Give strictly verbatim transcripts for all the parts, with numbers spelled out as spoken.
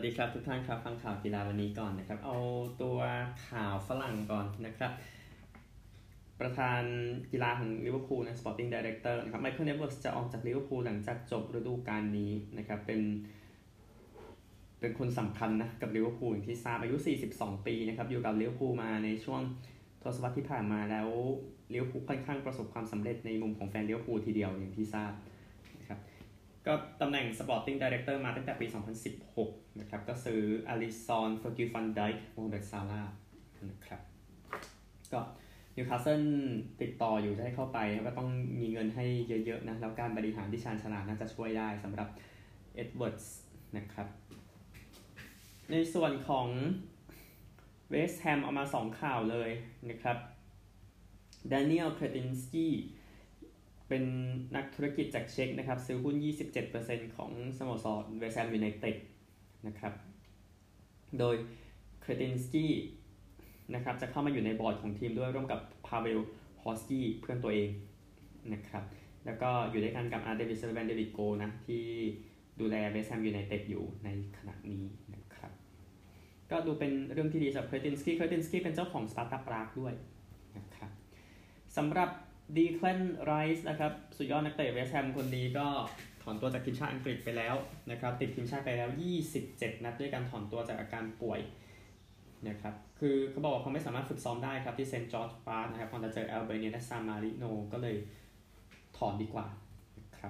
ดีครับทุกท่านครับฟังข่าวกีฬาวันนี้ก่อนนะครับเอาตัวข่าวฝรั่งก่อนนะครับประธานกีฬาของลิเวอร์พูลนะ Sporting Director นะครับไมเคิล เอดเวิร์ดส์จะออกจากลิเวอร์พูลหลังจากจบฤดูกาลนี้นะครับเป็นเป็นคนสำคัญนะกับลิเวอร์พูลอย่างที่ทราบอายุสี่สิบสองปีนะครับอยู่กับลิเวอร์พูลมาในช่วงทศวรรษที่ผ่านมาแล้วลิเวอร์พูลค่อนข้างประสบความสำเร็จในมุมของแฟนลิเวอร์พูลทีเดียวอย่างที่ทราบนะครับก็ตำแหน่ง Sporting Director มาตั้งแต่ปีสองพันสิบหกนะครับก็ซื้ออาลิซอนเฟอร์กิลฟันไดค์โมฮัมเหม็ดซาลาห์นะครับก็นิวคาสเซิลติดต่ออยู่จะให้เข้าไปก็ต้องมีเงินให้เยอะๆนะแล้วการบริหารที่ชาญฉลาดน่าจะช่วยได้สำหรับเอ็ดเวิร์ดส์นะครับในส่วนของเวสต์แฮมเอามาสองข่าวเลยนะครับดานิเอล เครตินสกี้เป็นนักธุรกิจจากเช็กนะครับซื้อหุ้น ยี่สิบเจ็ดเปอร์เซ็นต์ ของสโมสรเวสต์แฮมยูไนเต็ดนะครับโดยเครตินสกี้นะครับจะเข้ามาอยู่ในบอร์ดของทีมด้วยร่วมกับพาเวล ฮอสกี้เพื่อนตัวเองนะครับแล้วก็อยู่ด้วยกันกับอาร์เดวิส เซอร์แวนเดวิดโกนะที่ดูแลเวสต์แฮมยูไนเต็ดอยู่ในขณะนี้นะครับก็ดูเป็นเรื่องที่ดีสำหรับเครตินสกี้เครตินสกี้เป็นเจ้าของสปาร์ตาปรากด้วยนะครับสำหรับดีแคลนไรส์นะครับสุดยอดนักเตะเวสต์แฮมคนนี้ก็ถอนตัวจากทีมชาติอังกฤษไปแล้วนะครับติดทีมชาติไปแล้วยี่สิบเจ็ดนัดด้วยการถอนตัวจากอาการป่วยนะครับคือเขาบอกว่าเขาไม่สามารถฝึกซ้อมได้ครับที่เซนต์จอร์จพาร์คนะครับพอจะเจอแอลเบเนียและซานมาริโนก็เลยถอนดีกว่านะครับ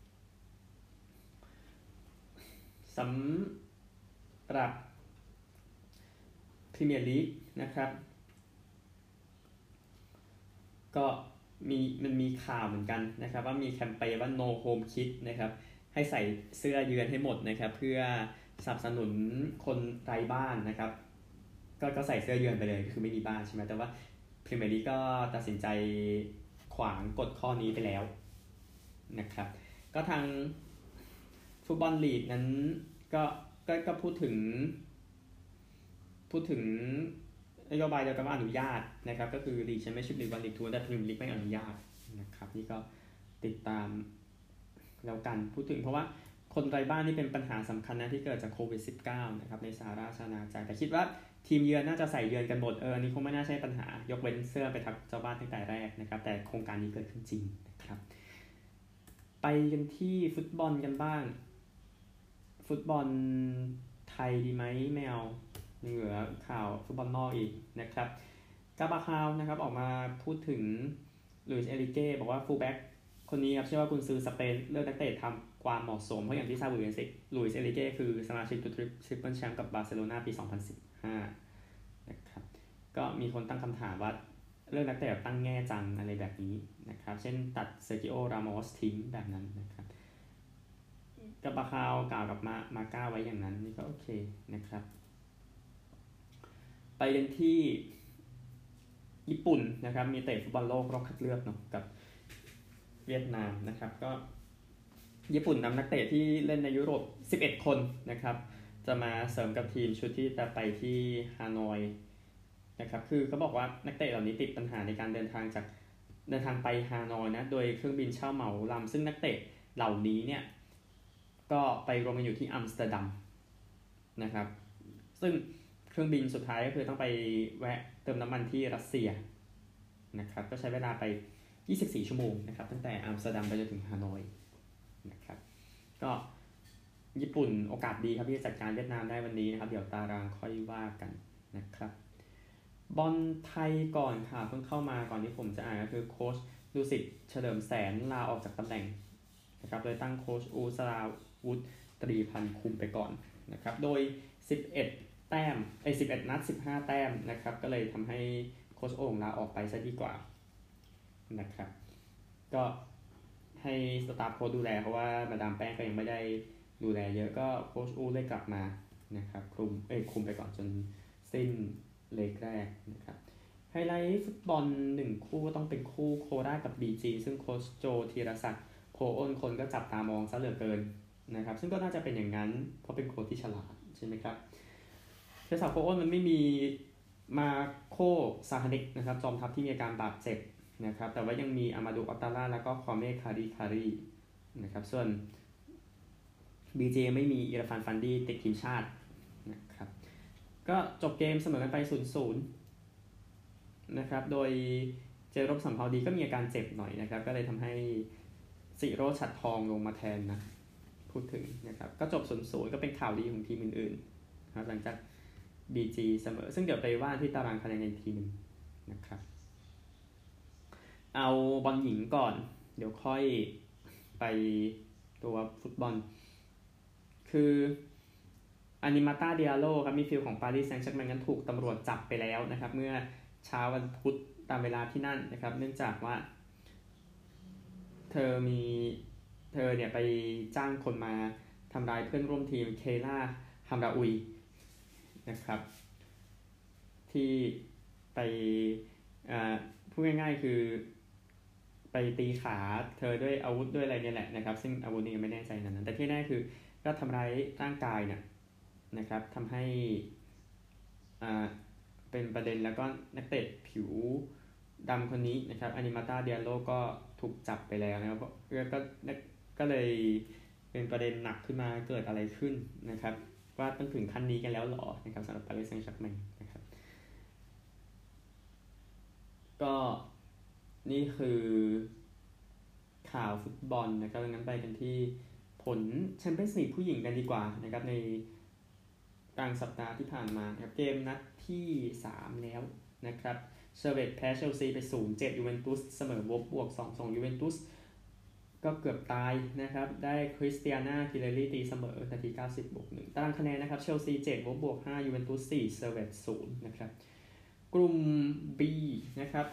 สำหรับพรีเมียร์ลีกนะครับก็มีมันมีข่าวเหมือนกันนะครับว่ามีแคมเปญว่า no home kit นะครับให้ใส่เสื้อเยือนให้หมดนะครับเพื่อสนับสนุนคนไร้บ้านนะครับก็ก็ใส่เสื้อเยือนไปเลยคือไม่มีบ้านใช่ไหมแต่ว่าพรีเมียร์ลีกก็ตัดสินใจขวางกฎข้อนี้ไปแล้วนะครับก็ทางฟุตบอลลีกนั้นก็ก็ก็พูดถึงพูดถึงนโยบายเดียวกันว่าอนุญาตนะครับก็คือลีกแชมเปี้ยนชิพลีกวันลีกทัวร์แต่พรีเมียร์ลีกไม่อนุญาตนะครับนี่ก็ติดตามแล้วกันพูดถึงเพราะว่าคนไร้บ้านนี่เป็นปัญหาสำคัญนะที่เกิดจากโควิด สิบเก้า นะครับในสหราชอาณาจักรแต่คิดว่าทีมเยือนน่าจะใส่เยือนกันหมดเออนี่คงไม่น่าใช่ปัญหายกเว้นเสื้อไปทับเจ้าบ้านตั้งแต่แรกนะครับแต่โครงการนี้เกิดขึ้นจริงนะครับไปกันที่ฟุตบอลกันบ้างฟุตบอลไทยดีไหมไม่เอาเหลือข่าวฟุตบอลนอกอีกนะครับกาบาคาวนะครับออกมาพูดถึงลุยส์เอริเก้บอกว่าฟูลแบ็กคนนี้ครับเชื่อว่ากุนซือสเปนเลือกนักเตะทำความเหมาะสมเพราะอย่างที่ทราบลุยส์ลุยส์เอริเก้คือสมาชิกชุดทริปเปิลแชมป์กับบาร์เซโลนาปีสองพันสิบห้านะครับก็มีคนตั้งคำถามว่าเลือกนักเตะตั้งแง่จังอะไรแบบนี้นะครับเช่นตัดเซอร์กิโอ รามอสทิ้งแบบนั้นนะครับกาบาคาวกล่าวกับมามาก้าไว้อย่างนั้นนี่ก็โอเคนะครับไปกันที่ญี่ปุ่นนะครับมีเตะฟุตบอลโลกรอบคัดเลือกเนาะกับเวียดนามนะครับก็ญี่ปุ่นนำนักเตะที่เล่นในยุโรปสิบเอ็ดคนนะครับจะมาเสริมกับทีมชุดที่จะไปที่ฮานอยนะครับคือเขาบอกว่านักเตะเหล่านี้ติดปัญหาในการเดินทางจากเดินทางไปฮานอยนะโดยเครื่องบินเช่าเหมาลำซึ่งนักเตะเหล่านี้เนี่ยก็ไปรวมกันอยู่ที่อัมสเตอร์ดัมนะครับซึ่งเครื่องบินสุดท้ายก็คือต้องไปแวะเติมน้ำมันที่รัสเซียนะครับก็ใช้เวลาไปยี่สิบสี่ชั่วโมงนะครับตั้งแต่อัมสเตอร์ดัมไปจนถึงฮานอยนะครับก็ญี่ปุ่นโอกาสดีครับที่จะจัดการเวียดนามได้วันนี้นะครับเดี๋ยวตารางค่อยว่ากันนะครับบอลไทยก่อนค่ะเพิ่งเข้ามาก่อนที่ผมจะอ่านก็คือโค้ชดุสิตเฉลิมแสนลาออกจากตำแหน่งนะครับโดยตั้งโค้ชอูสราวุฒิตรีพันธ์คุมไปก่อนนะครับโดยสิบเอ็ดแต้มไอ้สิบเอ็ดนัดสิบห้าแต้มนะครับก็เลยทำให้โค้ชโอ่งลาออกไปซะดีกว่านะครับก็ให้สตาฟโค้ชดูแลเพราะว่ามาดามแป้งก็ยังไม่ได้ดูแลเยอะก็โค้ชอูได้กลับมานะครับคุมเอ้ยคุมไปก่อนจนสิ้นเลกแรกนะครับไฮไลท์ฟุตบอลหนึ่งคู่ก็ต้องเป็นคู่โคราชกับ บี จี ซึ่งโค้ชโจธีรศักดิ์โพอ้นคนก็จับตามองซะเหลือเกินนะครับซึ่งก็น่าจะเป็นอย่างนั้นเพราะเป็นโค้ชที่ฉลาดใช่ไหมครับเทสาโพอ้นมันไม่มีมาโคซาฮานิกนะครับจอมทัพที่มีอาการบาดเจ็บนะครับแต่ว่ายังมีอามาดูอัตตาล่าแล้วก็คอเมคาริคารีนะครับส่วน บี จี ไม่มีอิราฟานฟันดี้ติดทีมชาตินะครับก็จบเกมเสมอกันไป ศูนย์ศูนย์ นะครับโดยเจรบสัมภาวดีก็มีอาการเจ็บหน่อยนะครับก็เลยทำให้สิโรจน์ฉัตรทองลงมาแทนนะพูดถึงนะครับก็จบ ศูนย์ศูนย์ ก็เป็นข่าวดีของทีมอื่นๆครับหลังจาก บี จี เสมอซึ่งเดี๋ยวไปว่าที่ตารางคะแนนอีกทีนึงนะครับเอาบอลหญิงก่อนเดี๋ยวค่อยไปตัวฟุตบอลคืออานิมาตาเดียโลครับมีฟิลของปารีสแซงต์แชร์แมงนั้นถูกตำรวจจับไปแล้วนะครับเมื่อเช้าวันพุธตามเวลาที่นั่นนะครับเนื่องจากว่าเธอมีเธอเนี่ยไปจ้างคนมาทำร้ายเพื่อนร่วมทีมเคล่าฮัมราอุยนะครับที่ไปพูดง่ายๆคือไปตีขาเธอด้วยอาวุธด้วยอะไรเนี่ยแหละนะครับซึ่งอาวุธนี้ยังไม่แน่ใจนั้นแต่ที่แน่คือก็ทำร้ายร่างกายเนี่ยนะครับทำให้อ่าเป็นประเด็นแล้วก็นักเตะผิวดำคนนี้นะครับอานิมาตาเดียโลก็ถูกจับไปแล้วนะครับก็ก็เลยเป็นประเด็นหนักขึ้นมาเกิดอะไรขึ้นนะครับว่าต้องถึงขั้นนี้กันแล้วหรอนะครับสำหรับปารีสแซงต์แชร์แมงนะครับก็นี่คือข่าวฟุตบอลนะครับดังนั้นไปกันที่ผลแชมเปี้ยนส์ลีกผู้หญิงกันดีกว่านะครับในกลางสัปดาห์ที่ผ่านมาครับเกมนัดที่สามแล้วนะครับเชอร์เวตแพ้เชลซีไป ศูนย์เจ็ด ยูเวนตุสเสมอบวก สองสอง ยูเวนตุสก็เกือบตายนะครับได้คริสเตียนากิเลรีตีเสมอนาทีเก้าสิบบวกหนึ่งตารางคะแนนนะครับเชลซีเจ็ดบวกห้ายูเวนตุสสี่เซอร์เวตศูนย์นะครับกลุ่ม B นะครับ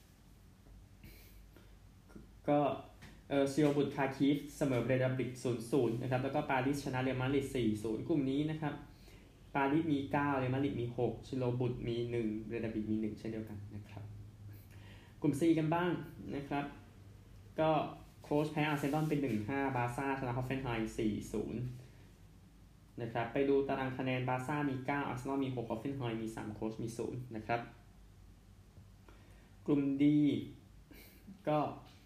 ก็เออซิโอบุตคาคีฟเสมอเบรดาบริก ศูนย์ศูนย์ นะครับแล้วก็ปารีสชนะเรอัลมาดริด สี่ศูนย์ กลุ่มนี้นะครับปารีสมีเก้าเรอัลมาดริดมีหกซิโอบุตมีหนึ่งเบรดาบริกมีหนึ่งเช่นเดียวกันนะครับกลุ่ม C กันบ้างนะครับก็โค้ชแพ้อาร์เซนอลเป็น หนึ่งห้า บาร์ซ่าชนะฮอฟเฟนไฮม์ สี่ศูนย์ นะครับไปดูตารางคะแนนบาร์ซ่ามีเก้าอาร์เซนอลมีหกฮอฟเฟนไฮม์มีสามโค้ชมีศูนย์นะครับกลุ่ม D ก็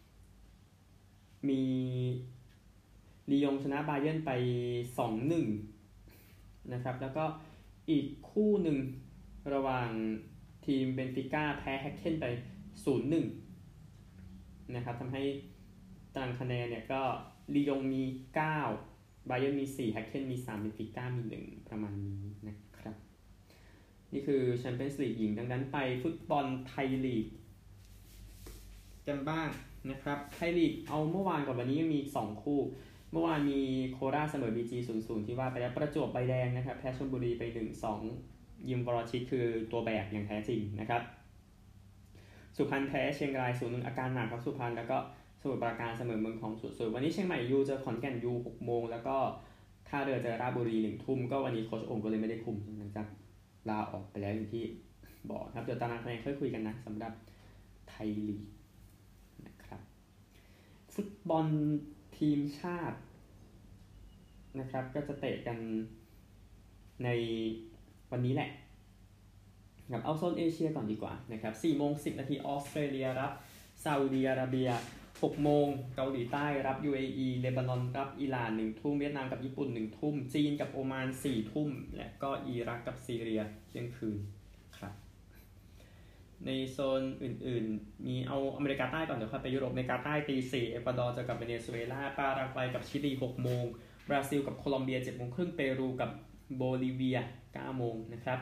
มีลียงชนะบาเยิร์นไป สองหนึ่ง นะครับแล้วก็อีกคู่หนึ่งระหว่างทีมเบนฟิก้าแพ้แฮกเคนไป ศูนย์หนึ่ง นะครับทำให้ตารางคะแนนเนี่ยก็ลียงมีเก้าบาเยิร์นมีสี่แฮกเคนมีสามเบนฟิก้ามีหนึ่งประมาณนี้นะครับนี่คือแชมเปี้ยนส์ลีกหญิงดังนั้นไปฟุตบอลไทยลีกกันบ้างนะครับไทยลีกเอาเมื่อวานกับวันนี้ยังมีสองคู่เมื่อวานมีโคราชเสมอ บี จี ศูนย์ศูนย์ ที่ว่าไปแล้วประจวบใบแดงนะครับแพ้ชลบุรีไป หนึ่งสอง ยิมวรชิตคือตัวแบกอย่างแท้จริงนะครับสุพรรณแพ้เชียงราย ศูนย์หนึ่ง อาการหนักครับสุพรรณแล้วก็สมุทรปราการเสมอเมืองทอง ศูนย์ศูนย์ วันนี้เชียงใหม่ยูเจอขอนแก่นยู หกโมงแล้วก็ท่าเรือเจอราชบุรี หนึ่งทุ่มก็วันนี้โค้ชโอ่งก็เลยไม่ได้คุมหลังจากลาออกไปแล้วอย่างที่บอกครับเดี๋ยวตารางคะแนนค่อยคุยกันนะสำหรับไทยลีกนะครับฟุตบอลทีมชาตินะครับก็จะเตะกันในวันนี้แหละครับเอาโซนเอเชียก่อนดีกว่านะครับ สี่โมงสิบ นาทีออสเตรเลียรับซาอุดิอาระเบีย หกโมงเกาหลีใต้รับ ยู เอ อี เลบานอนรับอิหร่าน หนึ่งทุ่มเวียดนามกับญี่ปุ่น หนึ่งทุ่มจีนกับโอมาน สี่ทุ่มและก็อิรักกับซีเรียเที่ยงคืนครับในโซนอื่นๆมีเอาอเมริกาใต้ก่อนเดี๋ยวค่อยไปยุโรปอเมริกาใต้ตีสี่เอกวาดอร์เจอกับเวเนซุเอลาปารากวัยกับชิลี หกโมงบราซิลกับโคลอมเบีย เจ็ดโมงครึ่งเปรูกับโบลิเวีย เก้าโมงนะครับ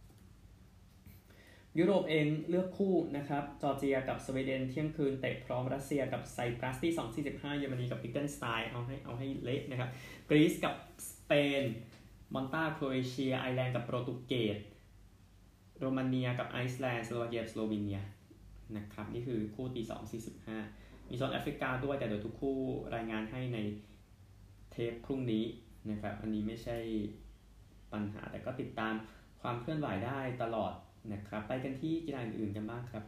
ยุโรปเองเลือกคู่นะครับจอร์เจียกับสวีเดนเที่ยงคืนเตะพร้อมรัสเซียกับไซปรัสที่ สองสี่สิบห้า เยอรมนีกับลิเทนสไตน์เอาให้เอาให้เละนะครับกรีซกับสเปนมอนตาโครเอเชียไอร์แลนด์กับโปรตุเกสโรมาเนียกับไอซ์แลนด์สโลวาเกียกับสโลวีเนียนะครับนี่คือคู่ตี สองสี่สิบห้า มีโซนแอฟริกาด้วยแต่เดี๋ยวทุกคู่รายงานให้ในเทปพรุ่งนี้นะครับอันนี้ไม่ใช่ปัญหาแต่ก็ติดตามความเคลื่อนไหวได้ตลอดนะครับไปกันที่กีฬาอื่นๆกันบ้างครับ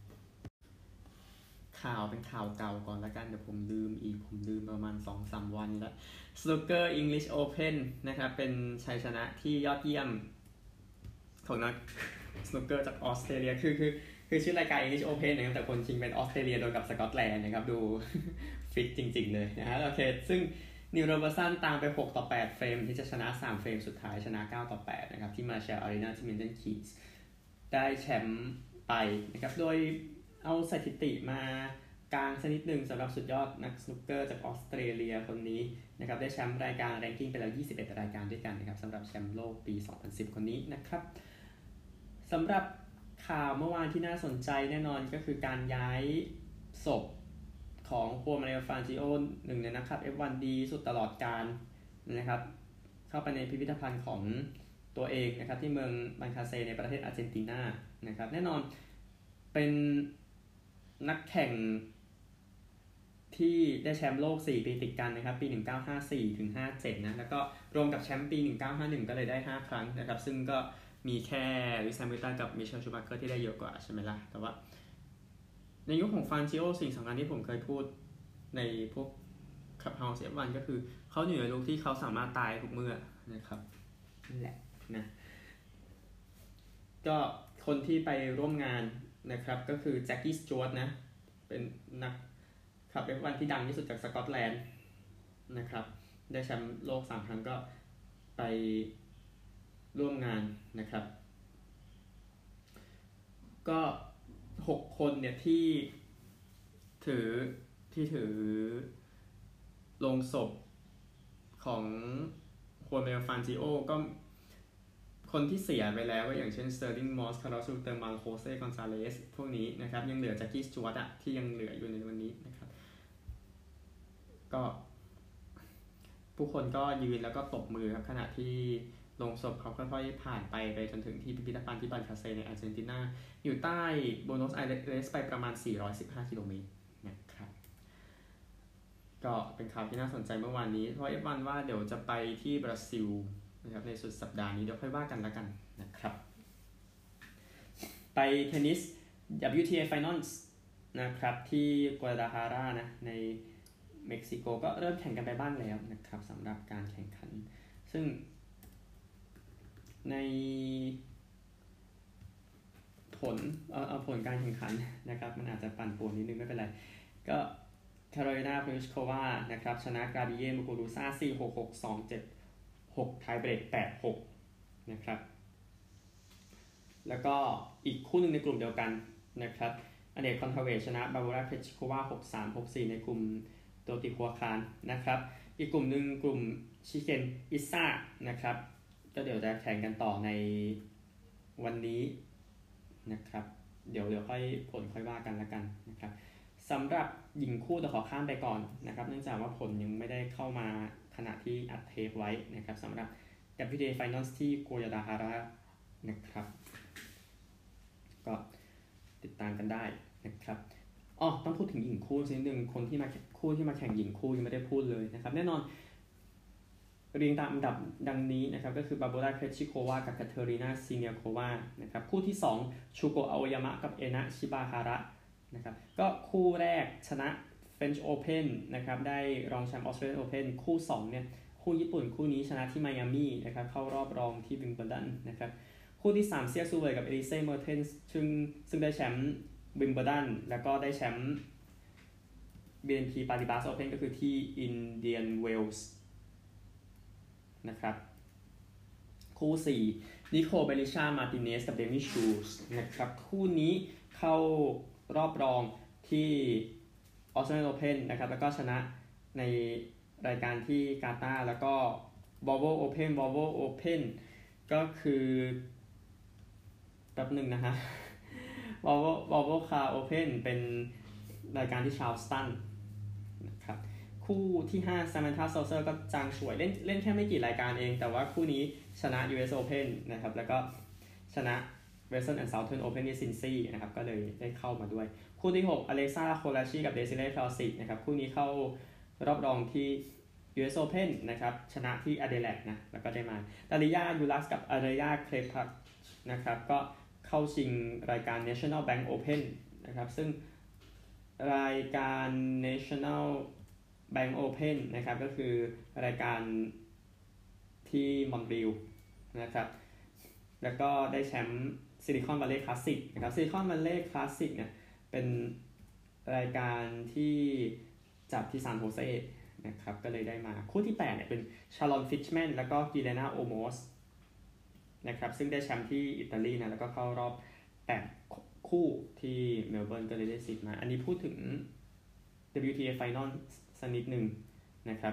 ข่าวเป็นข่าวเก่าก่อนละกันเดี๋ยวผมลืมอีกผมลืมประมาณ สองสาม วันแล้ว Snooker English Open นะครับเป็นชัยชนะที่ยอดเยี่ยมของนัก Snooker จากออสเตรเลียคือคือคือชื่อรายการ English Open นะครับแต่คนชิงเป็นออสเตรเลียโดนกับสกอตแลนด์นะครับดูฟิตจริงๆเลยนะฮะโอเคซึ่งนิวโรเบอร์สันตามไปหกต่อแปดเฟรมที่จะชนะสามเฟรมสุดท้ายชนะเก้าต่อแปดนะครับที่มาเชลอารีนาที่มิลตันคีส์ได้แชมป์ไปนะครับโดยเอาสถิติมากลางสักนิดหนึ่งสำหรับสุดยอดนักสนุกเกอร์จากออสเตรเลียคนนี้นะครับได้แชมป์รายการแรงกิ้งไปแล้วยี่สิบเอ็ดรายการด้วยกันนะครับสำหรับแชมป์โลกปีสองพันสิบคนนี้นะครับสำหรับข่าวเมื่อวานที่น่าสนใจแน่นอนก็คือการย้ายศพของโคมาเรลฟานจิโอหนึ่งในนักขับ เอฟ วัน ดีสุดตลอดกาลนะครับเข้าไปในพิพิธภัณฑ์ของตัวเองนะครับที่เมืองบันคาเซในประเทศอาร์เจนตินานะครับแน่นอนเป็นนักแข่งที่ได้แชมป์โลกสี่ปีติดกันนะครับปีหนึ่งพันเก้าร้อยห้าสิบสี่ถึงห้าสิบเจ็ดนะแล้วก็รวมกับแชมป์ปีหนึ่งพันเก้าร้อยห้าสิบเอ็ดก็เลยได้ห้าครั้งนะครับซึ่งก็มีแค่ลิซามิลตันกับมิเชลชูมัคเกอร์ที่ได้เยอะกว่าใช่ไหมล่ะแต่ว่าในยุคของฟานซิโอสิ่งสำคัญที่ผมเคยพูดในพวกขับเฮาส์ เอฟ วัน ก็คือเขาอยู่ในลุคที่เขาสามารถตายทุกเมื่อนะครับนั่นแหละนะก็คนที่ไปร่วมงานนะครับก็คือแจ็คกี้สจ๊วตนะเป็นนักขับ เอฟ วัน ที่ดังที่สุดจากสกอตแลนด์นะครับได้แชมป์โลกสามครั้งก็ไปร่วมงานนะครับก็หกคนเนี่ยที่ถือที่ถือลงศพของโคเมลฟานจิโอก็คนที่เสียไปแล้วก็อย่างเช่นสเตอร์ลิงมอสคาร์ลอส ลูเตอร์มังโคเซ่กอนซาเลสพวกนี้นะครับยังเหลือแจ็คกี้สจ๊วตอะที่ยังเหลืออยู่ในวันนี้นะครับก็ผู้คนก็ยืนแล้วก็ตบมือครับขณะที่ลงศพเขาค่อยๆผ่านไปไปจนถึงที่พิพิธภัณฑ์ที่บันคาเซในอาร์เจนตินาอยู่ใต้โบโนสไอเรสไปประมาณสี่ร้อยสิบห้ากิโลเมตรนะครับก็เป็นข่าวที่น่าสนใจเมื่อวานนี้เพราะ เอฟ วัน ว่าเดี๋ยวจะไปที่บราซิลนะครับในสุดสัปดาห์นี้เดี๋ยวค่อยว่ากันละกันนะครับไปเทนนิส ดับเบิลยู ที เอ Finals นะครับที่กัวลาลาฮารานะในเม็กซิโกก็เริ่มแข่งกันไปบ้างแล้วนะครับสำหรับการแข่งขันซึ่งในผลเอาเอาผลการแข่งขันนะครับมันอาจจะปั่นป่วนนิดนึงไม่เป็นไรก็คาโรลินาพลิชโควานะครับชนะกาบิเย่มูกูรูซ่า สี่ หก หก สอง เจ็ด หก ไทเบรก แปด หก นะครับแล้วก็อีกคู่หนึ่งในกลุ่มเดียวกันนะครับอเนกคอนทราเวชชนะบาบูราเพชโควา หก สาม หก สี่ ในกลุ่มโตติคัวคานนะครับอีกกลุ่มหนึ่งกลุ่มชิเคนอิซ่านะครับก็เดี๋ยวจะแข่งกันต่อในวันนี้นะครับเดี๋ยวเดี๋ยวค่อยผลค่อยว่ากันละกันนะครับสำหรับหญิงคู่จะขอข้ามไปก่อนนะครับเนื่องจากว่าผลยังไม่ได้เข้ามาขณะที่อัดเทปไว้นะครับสำหรับ ดับเบิลยู ที เอ Finals ที่กัวลาลาฮารานะครับก็ติดตามกันได้นะครับอ๋อต้องพูดถึงหญิงคู่นิดนึงคนที่มาคู่ที่มาแข่งหญิงคู่ยังไม่ได้พูดเลยนะครับแน่นอนเรียงตามอันดับดังนี้นะครับก็คือบาโบราเพชิโควากับคาเทอรีนาซีเนียโควานะครับคู่ที่สองชูโกอาโอยามะกับเอนะชิบาฮาระนะครับก็คู่แรกชนะ French Open นะครับได้รองแชมป์ Australian Open คู่สองเนี่ยคู่ญี่ปุ่นคู่นี้ชนะที่ไมอามี่นะครับเข้ารอบรองที่วิมเบิลดันนะครับคู่ที่สามเซียซูเวยกับเอลิเซ่เมอร์เทนส์ซึ่งซึ่งได้แชมป์วิมเบิลดันแล้วก็ได้แชมป์ บี เอ็น พี Paribas Open ก็คือที่อินเดียนเวลส์นะครับคู่สี่นิโคเบลิชามาร์ติเนสกับเดมิชูสนะครับคู่นี้เข้ารอบรองที่ Australian Open นะครับแล้วก็ชนะในรายการที่กาตาร์แล้วก็ Volvo Open Volvo Open ก็คือแป๊บหนึ่งนะฮะ Volvo Volvo Car Open เป็นรายการที่ชาร์ลสตันนะครับคู่ที่ห้า Samantha Stosur ก็จางฉวยเล่นเล่นแค่ไม่กี่รายการเองแต่ว่าคู่นี้ชนะ ยู เอส Open นะครับแล้วก็ชนะ Western and Southern Open ที่ซินซีนะครับก็เลยได้เข้ามาด้วยคู่ที่หก Alexa Kolashi กับ Desiree Clausic นะครับคู่นี้เข้ารอบรองที่ ยู เอส Open นะครับชนะที่ Adelaide นะแล้วก็ได้มาดาริยายูรัสกับอารยาเคลพักนะครับก็เข้าชิงรายการ National Bank Open นะครับซึ่งรายการ National Bank Open นะครับก็คือรายการที่มอนทรีออลนะครับแล้วก็ได้แชมป์ซิลิคอนวัลเลย์คลาสสิกนะครับซิลิคอนวัลเลย์คลาสสิกเนี่ยเป็นรายการที่จัดที่ซานโฮเซนะครับก็เลยได้มาคู่ที่แปดเนี่ยเป็นชาลอนฟิชแมนแล้วก็กิเลนาโอโมสนะครับซึ่งได้แชมป์ที่อิตาลีนะแล้วก็เข้ารอบแปดคู่ที่เมลเบิร์นก็เลยได้สิทธิ์มาอันนี้พูดถึง ดับเบิลยู ที เอ Final สักนิดหนึ่งนะครับ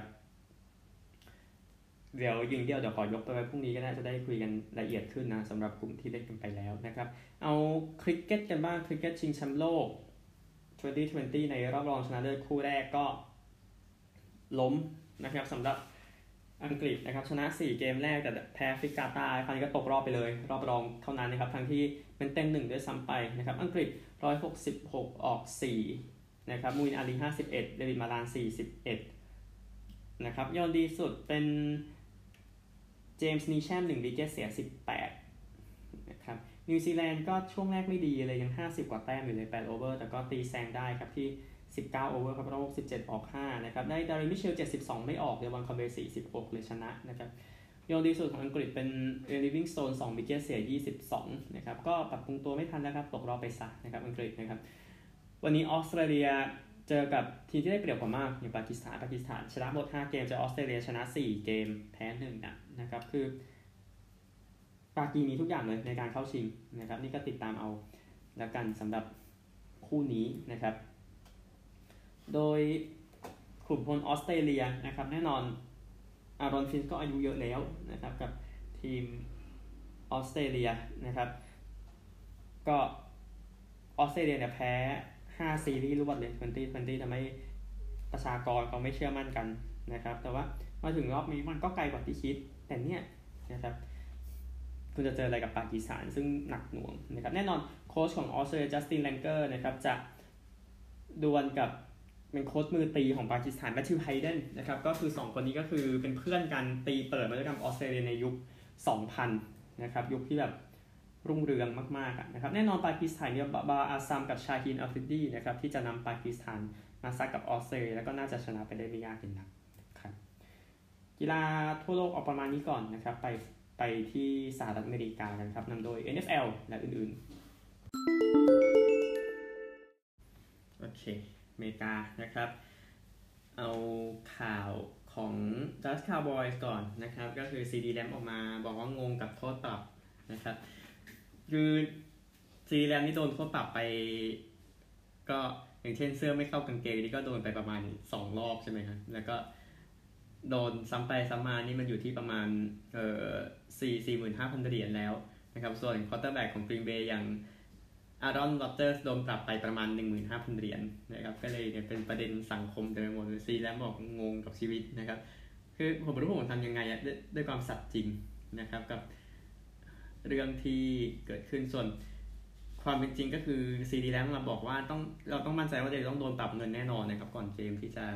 เดี๋ยวยิงเดียวเดี๋ยวขอยกไปไว้พรุ่งนี้ก็น่าจะได้คุยกันละเอียดขึ้นนะสำหรับกลุ่มที่เล่นกันไปแล้วนะครับเอาคริกเก็ตกันบ้างคริกเก็ตชิงแชมป์โลกสองพันยี่สิบในรอบรองชนะเลิศคู่แรกก็ล้มนะครับสำหรับอังกฤษนะครับชนะสี่เกมแรกแต่แพ้แอฟริกาใต้คราวนี้ก็ตกรอบไปเลยรอบรองเท่านั้นนะครับทั้งที่เป็นเต็งหนึ่งด้วยซ้ำไปนะครับอังกฤษหนึ่งร้อยหกสิบหกออกสี่นะครับมูอินอาลีห้าสิบเอ็ดเดวิดมาลานสี่สิบเอ็ดนะครับยอดดีสุดเป็นเจมส์นีแชมหนึ่งวิกเก็ตเสียสิบแปดนะครับนิวซีแลนด์ก็ช่วงแรกไม่ดีเลยยังห้าสิบกว่าแต้มอยู่เลยแปดโอเวอร์แต่ก็ตีแซงได้ครับที่สิบเก้าโอเวอร์ครับรอบหกสิบเจ็ดออกห้านะครับได้ดาริมิเชลเจ็ดสิบสองไม่ออกเดวอนคอมเบย์สี่สิบหกเลยชนะนะครับยอดดีสุดของอังกฤษเป็นเอลิวิงสโตนสองวิกเก็ตเสียยี่สิบสองนะครับก็ปรับปรุงตัวไม่ทันแล้วครับตกรอบไปซะนะครับอังกฤษนะครับวันนี้ออสเตรเลียเจอกับทีมที่ได้เปรียบกว่ามากอย่างปากีสถานปากีสถานชนะหมดห้าเกมเจอออสเตรเลียชนะสี่เกมแพ้หนึ่งนะนะครับคือปากีมีทุกอย่างเลยในการเข้าชิงนะครับนี่ก็ติดตามเอาแล้วกันสำหรับคู่นี้นะครับโดยกลุ่มคนออสเตรเลียนะครับแน่นอนอารอนฟินก็อายุเยอะแล้วนะครับกับทีมออสเตรเลียนะครับก็ออสเตรเลียเนี่ยแพ้ห้าซีรีส์รวดเลยยี่สิบ ยี่สิบทำให้ประชากรเขาไม่เชื่อมั่นกันนะครับแต่ว่ามาถึงรอบนี้มันก็ไกลกว่าที่คิดแต่เนี่ยนะครับคุณจะเจออะไรกับปากีสถานซึ่งหนักหน่วงนะครับแน่นอนโค้ชของออสเตรเลียจัสตินแลงเกอร์นะครับจะดวลกับเป็นโค้ชมือตีของปากีสถานแมทธิวไฮเดนนะครับก็คือสองคนนี้ก็คือเป็นเพื่อนกันตีเปิดมาด้วยกันออสเตรเลียในยุคสองพันนะครับยุคที่แบบรุ่งเรืองมากๆนะครับแน่นอนปากีสถานเนี่ยบาอาซัมกับชาฮินอัฟริดีนะครับที่จะนำปากีสถานมาซักกับออสเตรเลียแล้วก็น่าจะชนะไปได้ไม่ยากนักครับกีฬาทั่วโลกออกประมาณนี้ก่อนนะครับไปไปที่สหรัฐอเมริกากันครับนำโดย เอ็น เอฟ แอล และอื่นๆโอเคอเมริกานะครับเอาข่าวของ Dallas Cowboys ก่อนนะครับก็คือ ซี ดี Lamb ออกมาบอกว่างงกับโทษปรับนะครับคือซีดี Lamb นี่โดนโทษปรับไปก็อย่างเช่นเสื้อไม่เข้ากางเกงนี่ก็โดนไปประมาณสองรอบใช่ไหมครับแล้วก็โดนซ้ำไปซ้ำมานี่มันอยู่ที่ประมาณเอ่อสี่หมื่นห้าพัน เหรียญแล้วนะครับส่วนควอเตอร์แบ็กของ Green Bay อย่างอารอน โรเจอร์สโดนปรับไปประมาณ หนึ่งหมื่นห้าพัน เหรียญนะครับก็เลยเนี่ยเป็นประเด็นสังคมเต็มไปหมดเลยซีแล้วบอกงงกับชีวิตนะครับคือผมไม่รู้ผมทำยังไงอะด้วยด้วยความสัตย์จริงนะครับกับเรื่องที่เกิดขึ้นส่วนความเป็นจริงก็คือซีดีแล้วมาบอกว่าต้องเราต้องมั่นใจว่าจะต้องโดนปรับเงินแน่นอนนะครับก่อนเกมที่จะ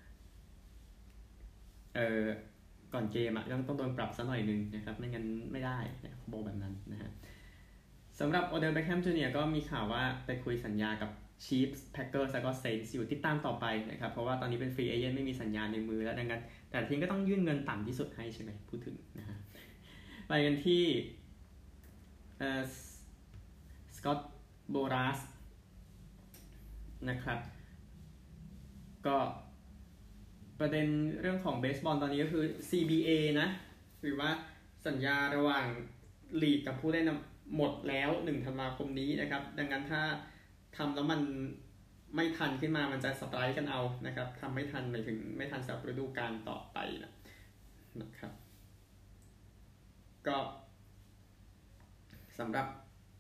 เอ่อก่อนเกมอะต้องต้องโดนปรับซะหน่อยนึงนะครับไม่งั้นไม่ได้นะบอกแบบนั้นนะฮะสำหรับโอเดล เบคแฮม จูเนียร์ ก็มีข่าวว่าไปคุยสัญญากับ Chiefs Packers แล้วก็ Saints อยู่ติดตามต่อไปนะครับเพราะว่าตอนนี้เป็นฟรีเอเจนต์ไม่มีสัญญาในมือแล้วดังนั้นแต่ทีมก็ต้องยื่นเงินต่ำที่สุดให้ใช่ไหมพูดถึงนะฮะไปกันที่เอ่อสกอตต์โบรัสนะครับก็ประเด็นเรื่องของเบสบอลตอนนี้ก็คือ ซี บี เอ นะหรือว่าสัญญาระหว่างลีกกับผู้เล่นหมดแล้วหนึ่งธันวาคมนี้นะครับดังนั้นถ้าทำแล้วมันไม่ทันขึ้นมามันจะสไตรค์กันเอานะครับทำไม่ทันหมายถึงไม่ทันสำหรับฤดูกาลต่อไปนะนะครับก็สำหรับ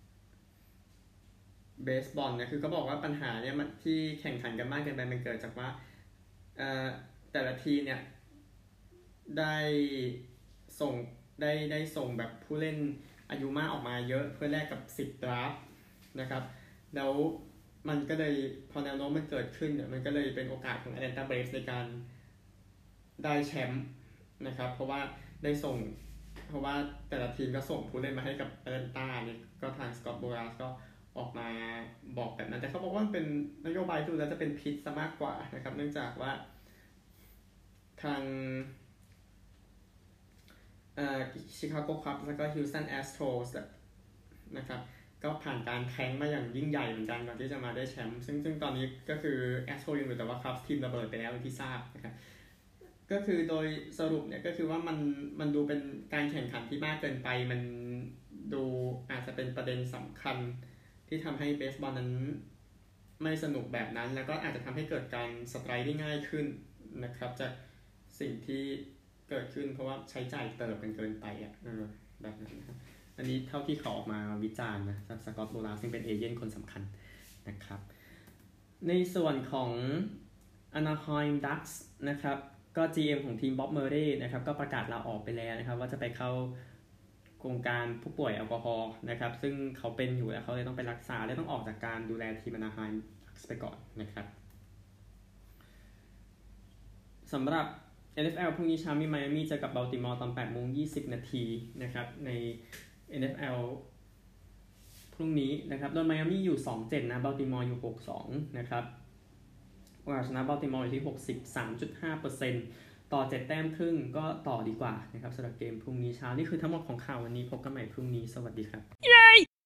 เบสบอลเนี่ยคือก็บอกว่าปัญหาเนี่ยมันที่แข่งขันกันมากเกินไปมันเกิดจากว่าเอ่อแต่ละทีเนี่ยได้ส่งได้ได้ส่งแบบผู้เล่นอายุมากออกมาเยอะเพื่อแลกกับสิบดราฟต์นะครับแล้วมันก็เลยพอแนวโน้มมันเกิดขึ้นเนี่ยมันก็เลยเป็นโอกาสของ Atlanta Braves ในการได้แชมป์นะครับเพราะว่าได้ส่งเพราะว่าแต่ละทีมก็ส่งผู้เล่นมาให้กับ Atlanta เนี่ยก็ทางสกอตต์ โบรัสก็ออกมาบอกแบบนั้นแต่เขาบอกว่าเป็นนโยบายที่ดูแล้วจะเป็นพิษซะมากกว่านะครับเนื่องจากว่าทางชิคาโกคัพแล้วก็ฮิวสตันแอสโตรสนะครับก็ผ่านการแข่งมาอย่างยิ่งใหญ่เหมือนกันก่อนที่จะมาได้แชมป์ซึ่งซึ่งตอนนี้ก็คือแอสโตรยังอยู่แต่ว่าคัพทีมระเบิดไปแล้วที่ทราบนะครับก็คือโดยสรุปเนี่ยก็คือว่ามันมันดูเป็นการแข่งขันที่มากเกินไปมันดูอาจจะเป็นประเด็นสำคัญที่ทำให้เบสบอลนั้นไม่สนุกแบบนั้นแล้วก็อาจจะทำให้เกิดการสไตร์ได้ง่ายขึ้นนะครับจากสิ่งที่เกิดขึ้นเพราะว่าใช้จ่ายเติบกันเกินไปอ่ะแบบนั้นนะครับอันนี้เท่าที่เขาออกมาวิจารณ์นะสกอตต์โบราซึ่งเป็นเอเจนต์คนสำคัญนะครับในส่วนของ Anaheim Ducks นะครับก็ จี เอ็ม ของทีมบ๊อบเมอร์เรย์นะครับก็ประกาศลาออกไปแล้วนะครับว่าจะไปเข้าโครงการผู้ป่วยแอลกอฮอล์นะครับซึ่งเขาเป็นอยู่แล้วเขาเลยต้องไปรักษาและต้องออกจากการดูแลทีม Anaheim Ducks ไปก่อนนะครับสำหรับ เอ็น เอฟ แอล พรุ่งนี้เช้ามีไมอามี่เจอกับบัลติมอร์ตอน แปดโมงยี่สิบ นาทีนะครับใน เอ็น เอฟ แอล พรุ่งนี้นะครับโดยไมอามี่อยู่ สองเจ็ด นะบัลติมอร์อยู่ หกสอง นะครับโอกาสชนะบัลติมอร์อยู่ที่ หกสิบสามจุดห้าเปอร์เซ็นต์ ต่อเจ็ดแต้มครึ่งก็ต่อดีกว่านะครับสำหรับเกมพรุ่งนี้เช้านี่คือทั้งหมดของข่าววันนี้พบกันใหม่พรุ่งนี้สวัสดีครับ